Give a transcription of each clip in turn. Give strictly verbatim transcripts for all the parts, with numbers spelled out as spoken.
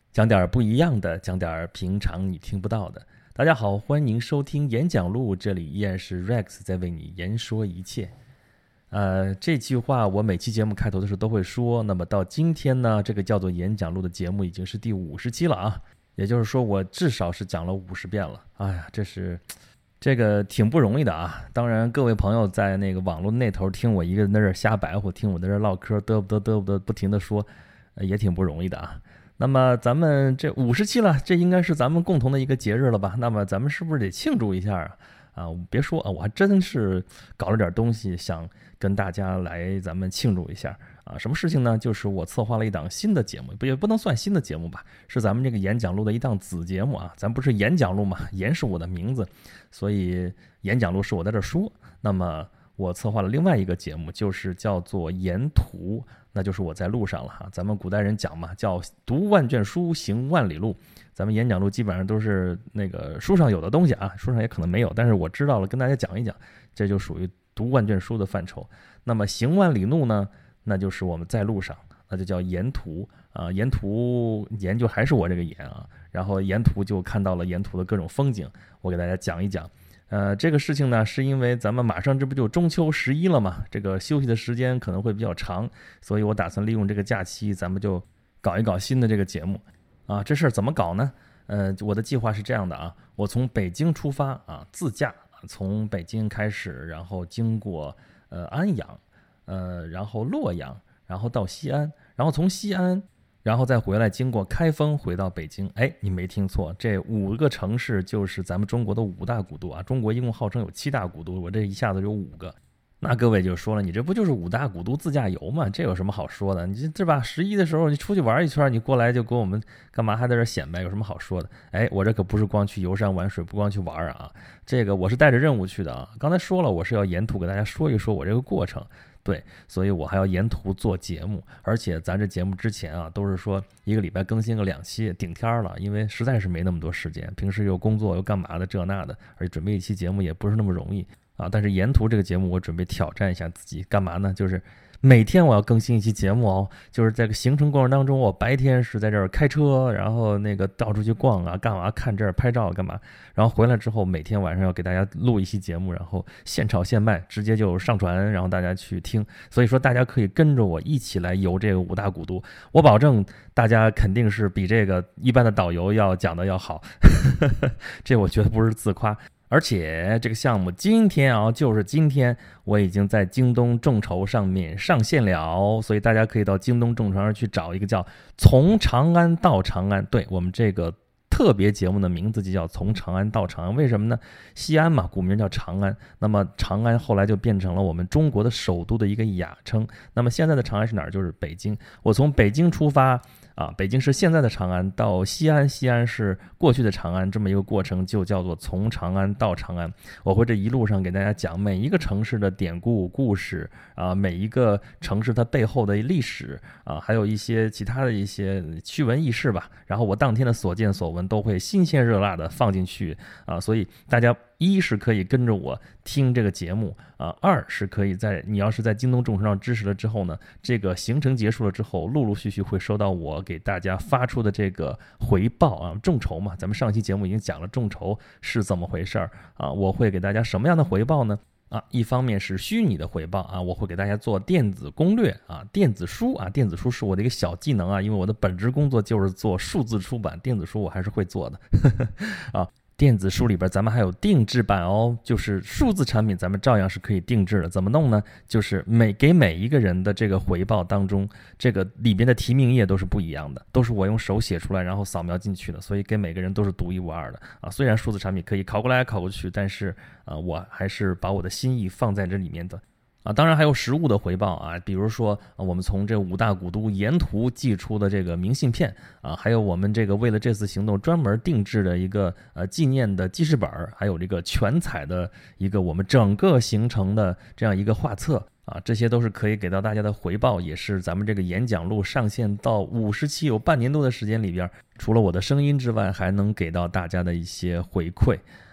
讲点不一样的，讲点平常你听不到的。大家好，欢迎收听演讲录，这里依然是 Rex 在为你言说一切。呃，这句话我每期节目开头的时候都会说。那么到今天呢，这个叫做演讲录的节目已经是第五十期了啊，也就是说我至少是讲了五十遍了。哎呀，这是这个挺不容易的啊。当然，各位朋友在那个网络那头听我一个人在这瞎白活，听我在这唠嗑，嘚不嘚嘚不嘚，不停的说，呃，也挺不容易的啊。那么咱们这五十期了，这应该是咱们共同的一个节日了吧？那么咱们是不是得庆祝一下啊？啊，别说啊，我还真是搞了点东西，想跟大家来咱们庆祝一下啊。什么事情呢？就是我策划了一档新的节目，不也不能算新的节目吧，是咱们这个演讲录的一档子节目啊。咱不是演讲录嘛，言是我的名字，所以演讲录是我在这说。那么我策划了另外一个节目，就是叫做沿途。那就是我在路上了哈。咱们古代人讲嘛，叫读万卷书，行万里路。咱们演讲录基本上都是那个书上有的东西啊，书上也可能没有，但是我知道了，跟大家讲一讲，这就属于读万卷书的范畴。那么行万里路呢，那就是我们在路上，那就叫沿途啊。沿途沿就还是我这个沿啊，然后沿途就看到了沿途的各种风景，我给大家讲一讲。呃，这个事情呢，是因为咱们马上这不就中秋十一了嘛，这个休息的时间可能会比较长，所以我打算利用这个假期，咱们就搞一搞新的这个节目啊。这事儿怎么搞呢？呃，我的计划是这样的啊，我从北京出发啊，自驾，从北京开始，然后经过呃安阳，呃，然后洛阳，然后到西安，然后从西安。然后再回来，经过开封回到北京。哎，你没听错，这五个城市就是咱们中国的五大古都啊。中国一共号称有七大古都，我这一下子有五个。那各位就说了，你这不就是五大古都自驾游吗？这有什么好说的？你这吧，十一的时候你出去玩一圈，你过来就给我们干嘛还在这显摆？有什么好说的？哎，我这可不是光去游山玩水，不光去玩啊。这个我是带着任务去的啊。刚才说了，我是要沿途给大家说一说我这个过程。对，所以我还要沿途做节目，而且咱这节目之前啊，都是说一个礼拜更新个两期，顶天了，因为实在是没那么多时间，平时又工作又干嘛的这那的，而且准备一期节目也不是那么容易啊。但是沿途这个节目，我准备挑战一下自己，干嘛呢？就是每天我要更新一期节目哦，就是在这个行程过程当中，我白天是在这儿开车，然后那个到处去逛啊，干嘛看这儿拍照干嘛，然后回来之后每天晚上要给大家录一期节目，然后现炒现卖，直接就上传，然后大家去听。所以说大家可以跟着我一起来游这个五大古都，我保证大家肯定是比这个一般的导游要讲的要好，这我觉得不是自夸。而且这个项目今天啊，就是今天我已经在京东众筹上面上线了，所以大家可以到京东众筹上去找一个叫从长安到长安。对，我们这个特别节目的名字就叫从长安到长安。为什么呢？西安嘛，古名叫长安，那么长安后来就变成了我们中国的首都的一个雅称。那么现在的长安是哪儿？就是北京。我从北京出发啊，北京是现在的长安，到西安，西安是过去的长安，这么一个过程就叫做从长安到长安。我会这一路上给大家讲每一个城市的典故故事啊，每一个城市它背后的历史啊，还有一些其他的一些趣闻轶事吧。然后我当天的所见所闻都会新鲜热辣的放进去啊，所以大家一是可以跟着我听这个节目啊，二是可以在你要是在京东众筹上支持了之后呢，这个行程结束了之后，陆陆续续会收到我给大家发出的这个回报啊。众筹嘛，咱们上期节目已经讲了众筹是怎么回事儿啊，我会给大家什么样的回报呢？啊，一方面是虚拟的回报啊，我会给大家做电子攻略啊，电子书啊，电子书是我的一个小技能啊，因为我的本职工作就是做数字出版，电子书我还是会做的啊。电子书里边咱们还有定制版哦，就是数字产品咱们照样是可以定制的。怎么弄呢？就是每给每一个人的这个回报当中，这个里边的提名页都是不一样的，都是我用手写出来然后扫描进去的，所以给每个人都是独一无二的啊。虽然数字产品可以拷过来拷过去，但是啊，我还是把我的心意放在这里面的。啊，当然还有实物的回报啊，比如说、啊、我们从这五大古都沿途寄出的这个明信片啊，还有我们这个为了这次行动专门定制的一个呃纪念的记事本，还有这个全彩的一个我们整个行程的这样一个画册啊，这些都是可以给到大家的回报，也是咱们这个演讲录上线到五十期有半年多的时间里边，除了我的声音之外，还能给到大家的一些回馈。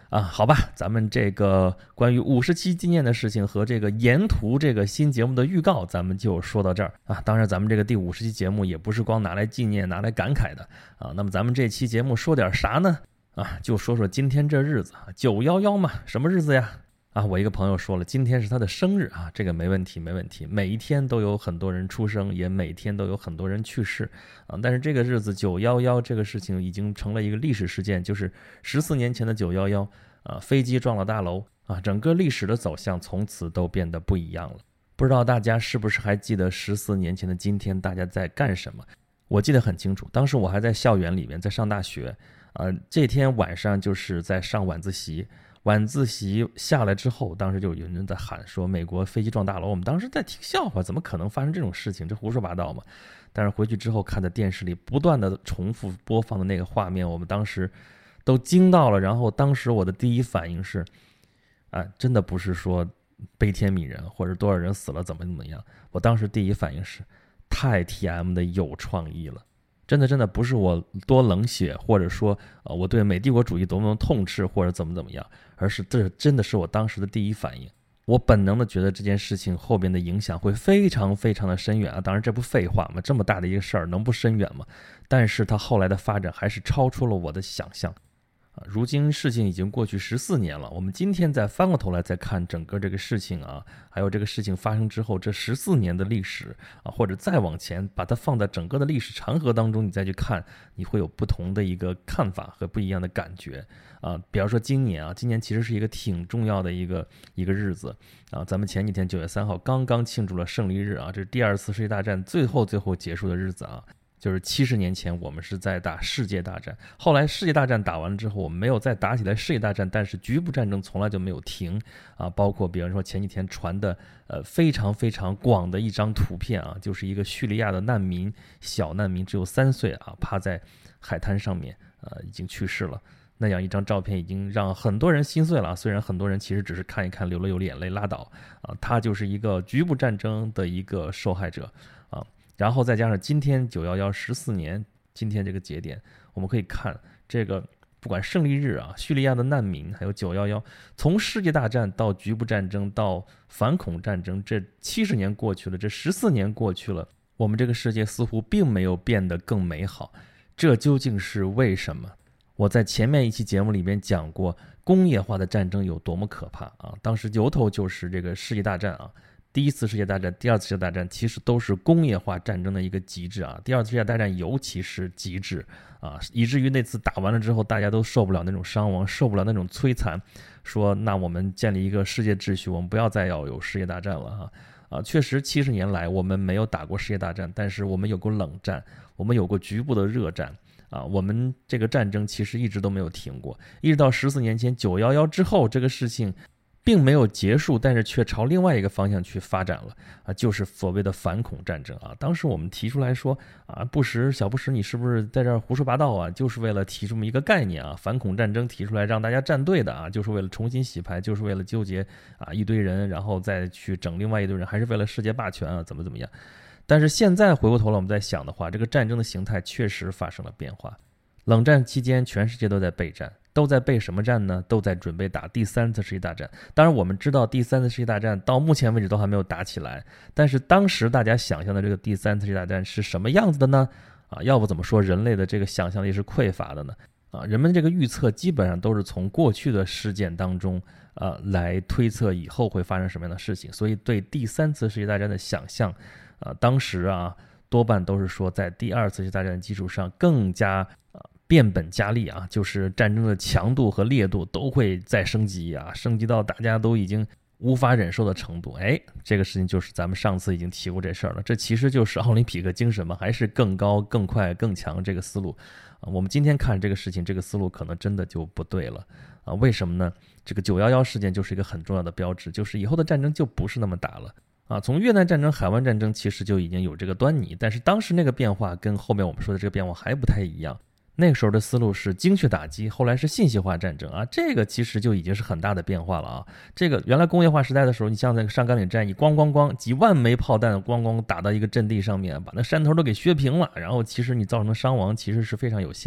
啊，好吧，咱们这个关于五十期纪念的事情和这个沿途这个新节目的预告，咱们就说到这儿啊。当然，咱们这个第五十期节目也不是光拿来纪念、拿来感慨的啊。那么咱们这期节目说点啥呢？啊，就说说今天这日子，九一一嘛，什么日子呀？啊，我一个朋友说了，今天是他的生日啊，这个没问题，没问题。每一天都有很多人出生，也每天都有很多人去世啊。但是这个日子九一一这个事情已经成了一个历史事件，就是十四年前的九一一啊，飞机撞了大楼啊，整个历史的走向从此都变得不一样了。不知道大家是不是还记得十四年前的今天大家在干什么？我记得很清楚，当时我还在校园里面，在上大学啊。这天晚上就是在上晚自习。晚自习下来之后，当时就有人在喊说美国飞机撞大楼，我们当时在听笑话，怎么可能发生这种事情？这胡说八道嘛！但是回去之后看的电视里不断的重复播放的那个画面，我们当时都惊到了。然后当时我的第一反应是，啊，真的不是说悲天悯人或者多少人死了怎么怎么样，我当时第一反应是太 T M 的有创意了。真的真的不是我多冷血，或者说呃我对美帝国主义多么痛斥，或者怎么怎么样，而是这真的是我当时的第一反应。我本能的觉得这件事情后边的影响会非常非常的深远啊！当然这不废话嘛，这么大的一个事儿能不深远吗？但是它后来的发展还是超出了我的想象。如今事情已经过去十四年了，我们今天再翻过头来再看整个这个事情啊，还有这个事情发生之后这十四年的历史啊，或者再往前把它放在整个的历史长河当中，你再去看，你会有不同的一个看法和不一样的感觉啊。比方说今年啊，今年其实是一个挺重要的一个一个日子啊。咱们前几天九月三号刚刚庆祝了胜利日啊，这是第二次世界大战最后最后结束的日子啊。就是七十年前我们是在打世界大战，后来世界大战打完了之后我们没有再打起来世界大战，但是局部战争从来就没有停啊。包括比方说前几天传的呃非常非常广的一张图片啊，就是一个叙利亚的难民，小难民只有三岁啊，趴在海滩上面呃已经去世了。那样一张照片已经让很多人心碎了，虽然很多人其实只是看一看流了流眼泪拉倒啊，他就是一个局部战争的一个受害者啊。然后再加上今天九一一十四年，今天这个节点，我们可以看这个不管胜利日啊、叙利亚的难民，还有九一一，从世界大战到局部战争到反恐战争，这七十年过去了，这十四年过去了，我们这个世界似乎并没有变得更美好，这究竟是为什么？我在前面一期节目里面讲过，工业化的战争有多么可怕啊！当时由头就是这个世界大战啊。第一次世界大战、第二次世界大战其实都是工业化战争的一个极致啊。第二次世界大战尤其是极致啊，以至于那次打完了之后，大家都受不了那种伤亡，受不了那种摧残，说那我们建立一个世界秩序，我们不要再要有世界大战了啊！啊，确实七十年来我们没有打过世界大战，但是我们有过冷战，我们有过局部的热战啊，我们这个战争其实一直都没有停过，一直到十四年前九一一之后，这个事情并没有结束，但是却朝另外一个方向去发展了啊，就是所谓的反恐战争啊。当时我们提出来说啊，布什小布什，你是不是在这儿胡说八道啊？就是为了提这么一个概念啊，反恐战争提出来让大家站队的啊，就是为了重新洗牌，就是为了纠结啊一堆人，然后再去整另外一堆人，还是为了世界霸权啊，怎么怎么样？但是现在回过头来我们在想的话，这个战争的形态确实发生了变化。冷战期间，全世界都在备战。都在备什么战呢？都在准备打第三次世界大战。当然我们知道第三次世界大战到目前为止都还没有打起来，但是当时大家想象的这个第三次世界大战是什么样子的呢？啊，要不怎么说人类的这个想象力是匮乏的呢？啊，人们这个预测基本上都是从过去的事件当中呃来推测以后会发生什么样的事情，所以对第三次世界大战的想象啊，当时啊多半都是说在第二次世界大战的基础上更加呃变本加厉啊，就是战争的强度和烈度都会再升级啊，升级到大家都已经无法忍受的程度。哎，这个事情就是咱们上次已经提过这事儿了，这其实就是奥林匹克精神嘛，还是更高、更快、更强这个思路啊。我们今天看这个事情，这个思路可能真的就不对了啊。为什么呢？这个九一一事件就是一个很重要的标志，就是以后的战争就不是那么打了。啊，从越南战争、海湾战争其实就已经有这个端倪，但是当时那个变化跟后面我们说的这个变化还不太一样。那个时候的思路是精确打击，后来是信息化战争啊，这个其实就已经是很大的变化了啊。这个原来工业化时代的时候，你像那个上甘岭战役，咣咣咣几万枚炮弹咣咣打到一个阵地上面，把那山头都给削平了，然后其实你造成的伤亡其实是非常有限的。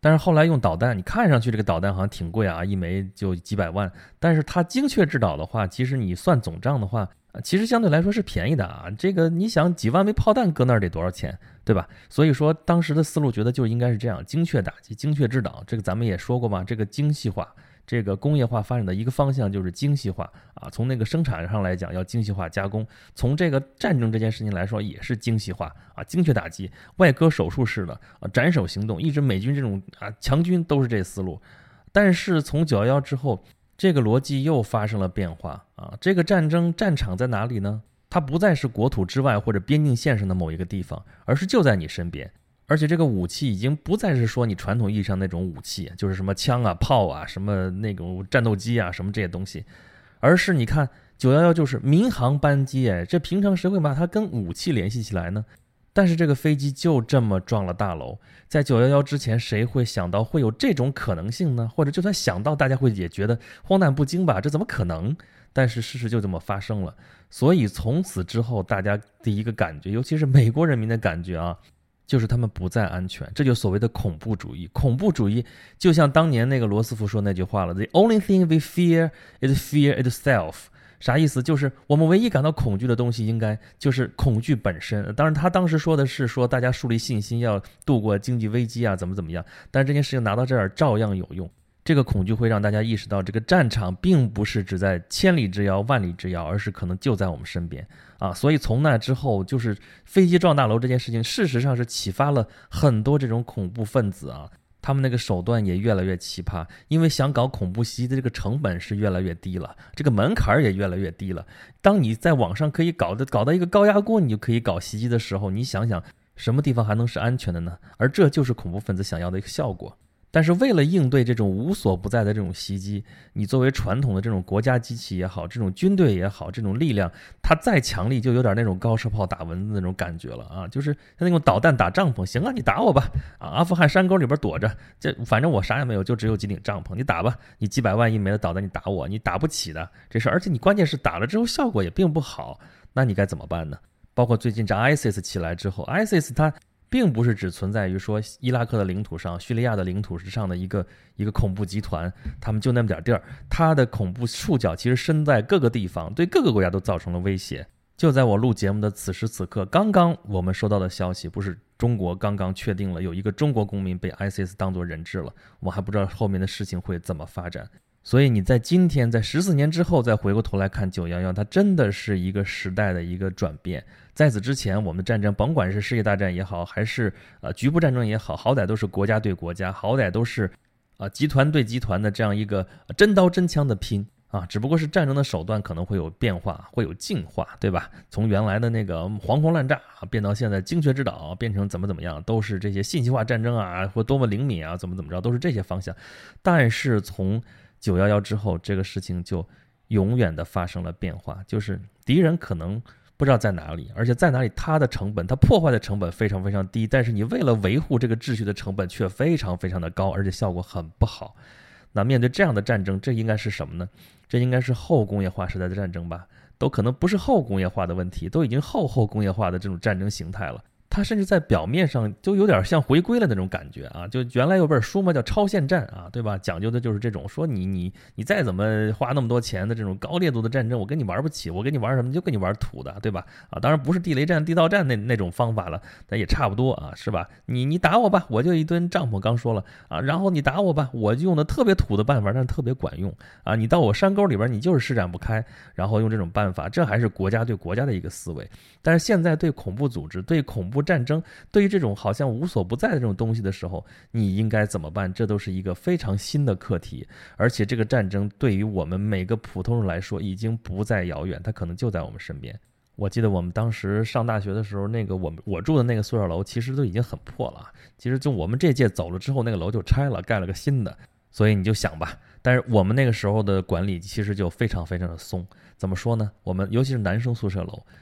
但是后来用导弹，你看上去这个导弹好像挺贵啊，一枚就几百万，但是它精确制导的话，其实你算总账的话，其实相对来说是便宜的啊。这个你想几万枚炮弹搁那儿得多少钱，对吧？所以说当时的思路觉得就应该是这样，精确打击、精确制导，这个咱们也说过嘛，这个精细化。这个工业化发展的一个方向就是精细化啊，从那个生产上来讲要精细化加工，从这个战争这件事情来说也是精细化啊，精确打击，外科手术式的啊，斩首行动，一直美军这种啊强军都是这思路。但是从九一一之后，这个逻辑又发生了变化啊，这个战争战场在哪里呢？它不再是国土之外或者边境线上的某一个地方，而是就在你身边。而且这个武器已经不再是说你传统意义上那种武器，就是什么枪啊、炮啊、什么那种战斗机啊、什么这些东西，而是你看九一一就是民航班机，哎，这平常谁会把它跟武器联系起来呢？但是这个飞机就这么撞了大楼，在九一一之前，谁会想到会有这种可能性呢？或者就算想到，大家会也觉得荒诞不经吧？这怎么可能？但是事实就这么发生了，所以从此之后，大家第一个感觉，尤其是美国人民的感觉啊。就是他们不再安全，这就所谓的恐怖主义。恐怖主义就像当年那个罗斯福说那句话了 ：“The only thing we fear is fear itself。”啥意思？就是我们唯一感到恐惧的东西，应该就是恐惧本身。当然，他当时说的是说大家树立信心，要度过经济危机啊，怎么怎么样。但是这件事情拿到这儿照样有用。这个恐惧会让大家意识到，这个战场并不是只在千里之遥、万里之遥，而是可能就在我们身边啊！所以从那之后，就是飞机撞大楼这件事情，事实上是启发了很多这种恐怖分子啊，他们那个手段也越来越奇葩，因为想搞恐怖袭击的这个成本是越来越低了，这个门槛也越来越低了。当你在网上可以搞的搞到一个高压锅，你就可以搞袭击的时候，你想想什么地方还能是安全的呢？而这就是恐怖分子想要的一个效果。但是为了应对这种无所不在的这种袭击，你作为传统的这种国家机器也好，这种军队也好，这种力量，它再强力就有点那种高射炮打蚊子那种感觉了啊！就是那种导弹打帐篷，行啊，你打我吧啊！阿富汗山沟里边躲着，这反正我啥也没有，就只有几顶帐篷，你打吧，你几百万一枚的导弹你打我，你打不起的这事，而且你关键是打了之后效果也并不好，那你该怎么办呢？包括最近这 I S I S 起来之后 ，I S I S 它并不是只存在于说伊拉克的领土上、叙利亚的领土之上的一个一个恐怖集团，他们就那么点地儿，它的恐怖触角其实身在各个地方，对各个国家都造成了威胁。就在我录节目的此时此刻，刚刚我们收到的消息，不是中国刚刚确定了有一个中国公民被 I S I S 当作人质了，我们还不知道后面的事情会怎么发展。所以你在今天，在十四年之后再回过头来看九一一，它真的是一个时代的一个转变。在此之前，我们的战争甭管是世界大战也好，还是呃局部战争也好，好歹都是国家对国家，好歹都是啊、呃、集团对集团的这样一个真刀真枪的拼啊，只不过是战争的手段可能会有变化，会有进化，对吧？从原来的那个黄蜂乱炸变到现在精确制导，变成怎么怎么样，都是这些信息化战争啊，或多么灵敏啊，怎么怎么着，都是这些方向。但是从九一一之后，这个事情就永远的发生了变化，就是敌人可能不知道在哪里，而且在哪里他的成本，他破坏的成本非常非常低，但是你为了维护这个秩序的成本却非常非常的高，而且效果很不好。那面对这样的战争，这应该是什么呢？这应该是后工业化时代的战争吧？都可能不是后工业化的问题，都已经后后工业化的这种战争形态了。它甚至在表面上就有点像回归了那种感觉啊！就原来有本书嘛，叫《超限战》啊，对吧？讲究的就是这种，说你你你再怎么花那么多钱的这种高烈度的战争，我跟你玩不起，我跟你玩什么就跟你玩土的，对吧？啊，当然不是地雷战、地道战那那种方法了，但也差不多啊，是吧？你你打我吧，我就一吨帐篷，刚说了啊，然后你打我吧，我就用的特别土的办法，但是特别管用啊！你到我山沟里边，你就是施展不开，然后用这种办法，这还是国家对国家的一个思维。但是现在对恐怖组织、对恐怖战争、对于这种好像无所不在的这种东西的时候，你应该怎么办？这都是一个非常新的课题，而且这个战争对于我们每个普通人来说已经不再遥远，它可能就在我们身边。我记得我们当时上大学的时候，那个我们我住的那个宿舍楼其实都已经很破了，其实就我们这届走了之后，那个楼就拆了，盖了个新的。所以你就想吧，但是我们那个时候的管理其实就非常非常的松。怎么说呢？我们尤其是男生宿舍楼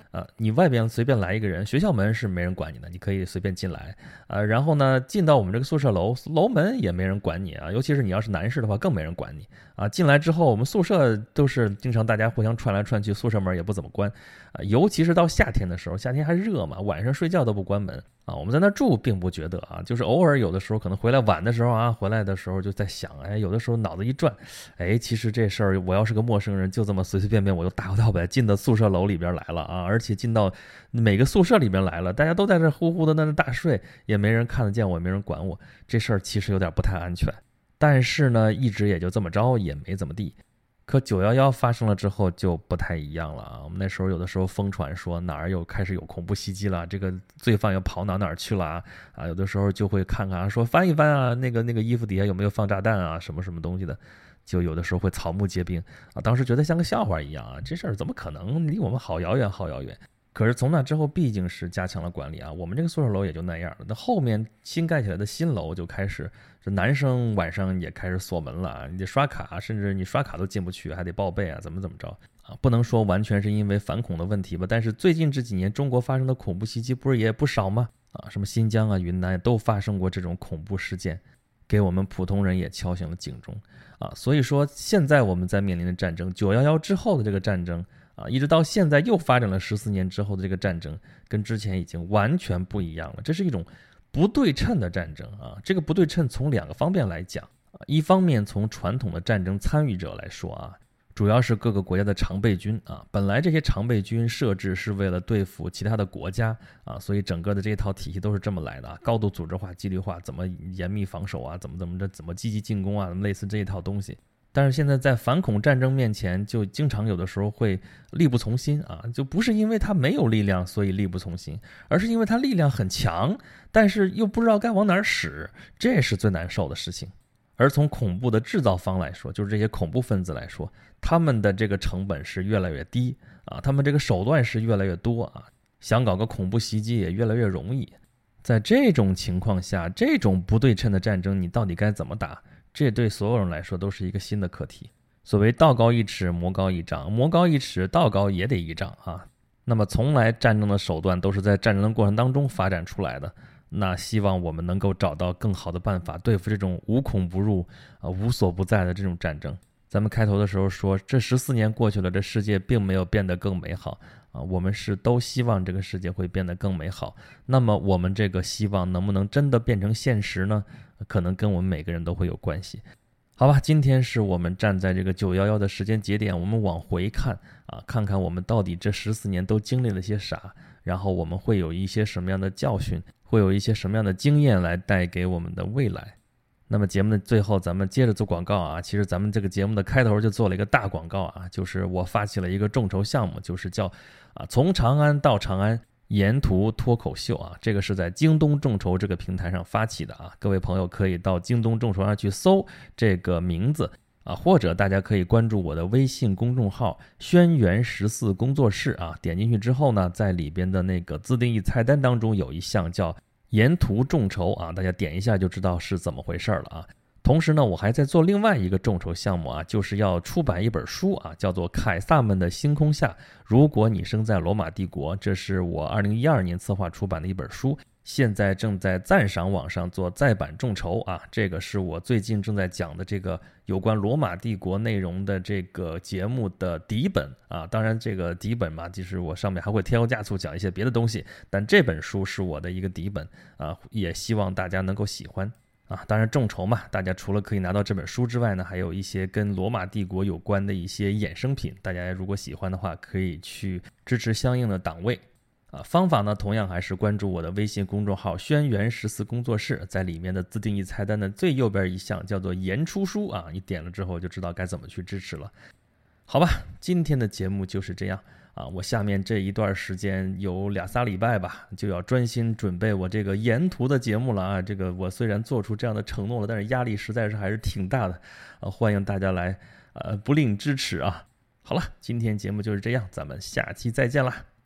啊，你外边随便来一个人，学校门是没人管你的，你可以随便进来啊。然后呢，进到我们这个宿舍楼，楼门也没人管你啊。尤其是你要是男士的话，更没人管你啊。进来之后，我们宿舍都是经常大家互相串来串去，宿舍门也不怎么关啊。尤其是到夏天的时候，夏天还热嘛，晚上睡觉都不关门啊。我们在那住并不觉得啊，就是偶尔有的时候可能回来晚的时候啊，回来的时候就在想，哎，有的时候脑子一转，哎，其实这事儿我要是个陌生人，就这么随随便便我就大摇大摆进到宿舍楼里边来了啊。而且进到每个宿舍里边来了，大家都在这呼呼的在那大睡，也没人看得见我，也没人管我，这事儿其实有点不太安全。但是呢，一直也就这么着，也没怎么地。可九一一发生了之后就不太一样了啊！我们那时候有的时候疯传说哪儿又开始有恐怖袭击了，这个罪犯又跑哪哪儿去了啊！啊，有的时候就会看看啊，说翻一翻啊，那个那个衣服底下有没有放炸弹啊，什么什么东西的，就有的时候会草木皆兵啊。当时觉得像个笑话一样啊，这事儿怎么可能？离我们好遥远，好遥远。可是从那之后，毕竟是加强了管理啊，我们这个宿舍楼也就那样了。那后面新盖起来的新楼就开始，这男生晚上也开始锁门了，你得刷卡，甚至你刷卡都进不去，还得报备啊，怎么怎么着啊？不能说完全是因为反恐的问题吧，但是最近这几年中国发生的恐怖袭击不是也不少吗？啊，什么新疆啊、云南都发生过这种恐怖事件，给我们普通人也敲响了警钟啊。所以说，现在我们在面临的战争，九一一之后的这个战争。啊，一直到现在又发展了十四年之后的这个战争，跟之前已经完全不一样了。这是一种不对称的战争啊！这个不对称从两个方面来讲啊，一方面从传统的战争参与者来说啊，主要是各个国家的常备军啊，本来这些常备军设置是为了对付其他的国家啊，所以整个的这一套体系都是这么来的啊，高度组织化、纪律化，怎么严密防守啊，怎么怎么着，怎么积极进攻啊，类似这一套东西。但是现在在反恐战争面前，就经常有的时候会力不从心啊，就不是因为他没有力量所以力不从心，而是因为他力量很强，但是又不知道该往哪儿使，这是最难受的事情。而从恐怖的制造方来说，就是这些恐怖分子来说，他们的这个成本是越来越低啊，他们这个手段是越来越多啊，想搞个恐怖袭击也越来越容易。在这种情况下，这种不对称的战争，你到底该怎么打？这对所有人来说都是一个新的课题。所谓道高一尺，魔高一丈，魔高一尺，道高也得一丈啊。那么从来战争的手段都是在战争的过程当中发展出来的，那希望我们能够找到更好的办法对付这种无孔不入啊、无所不在的这种战争。咱们开头的时候说，这十四年过去了，这世界并没有变得更美好啊，我们是都希望这个世界会变得更美好。那么我们这个希望能不能真的变成现实呢？可能跟我们每个人都会有关系。好吧，今天是我们站在这个九一一的时间节点，我们往回看啊，看看我们到底这十四年都经历了些啥，然后我们会有一些什么样的教训，会有一些什么样的经验来带给我们的未来。那么节目的最后，咱们接着做广告啊。其实咱们这个节目的开头就做了一个大广告啊，就是我发起了一个众筹项目，就是叫啊从长安到长安沿途脱口秀啊，这个是在京东众筹这个平台上发起的啊。各位朋友可以到京东众筹上去搜这个名字啊，或者大家可以关注我的微信公众号轩辕十四工作室啊，点进去之后呢，在里边的那个自定义菜单当中有一项叫沿途众筹啊，大家点一下就知道是怎么回事了啊。同时呢，我还在做另外一个众筹项目啊，就是要出版一本书啊，叫做《凯撒们的星空下：如果你生在罗马帝国》，这是我二零一二年策划出版的一本书，现在正在赞赏网上做再版众筹啊。这个是我最近正在讲的这个有关罗马帝国内容的这个节目的底本啊。当然这个底本嘛，就是我上面还会添油加醋讲一些别的东西，但这本书是我的一个底本啊，也希望大家能够喜欢。啊，当然众筹嘛，大家除了可以拿到这本书之外呢，还有一些跟罗马帝国有关的一些衍生品，大家如果喜欢的话，可以去支持相应的档位。啊，方法呢，同样还是关注我的微信公众号轩辕十四工作室，在里面的自定义菜单的最右边一项叫做言出书啊，你点了之后就知道该怎么去支持了。好吧，今天的节目就是这样。啊，我下面这一段时间有俩仨礼拜吧，就要专心准备我这个沿途的节目了啊。这个我虽然做出这样的承诺了，但是压力实在是还是挺大的啊。欢迎大家来，呃，不吝支持啊。好了，今天节目就是这样，咱们下期再见啦。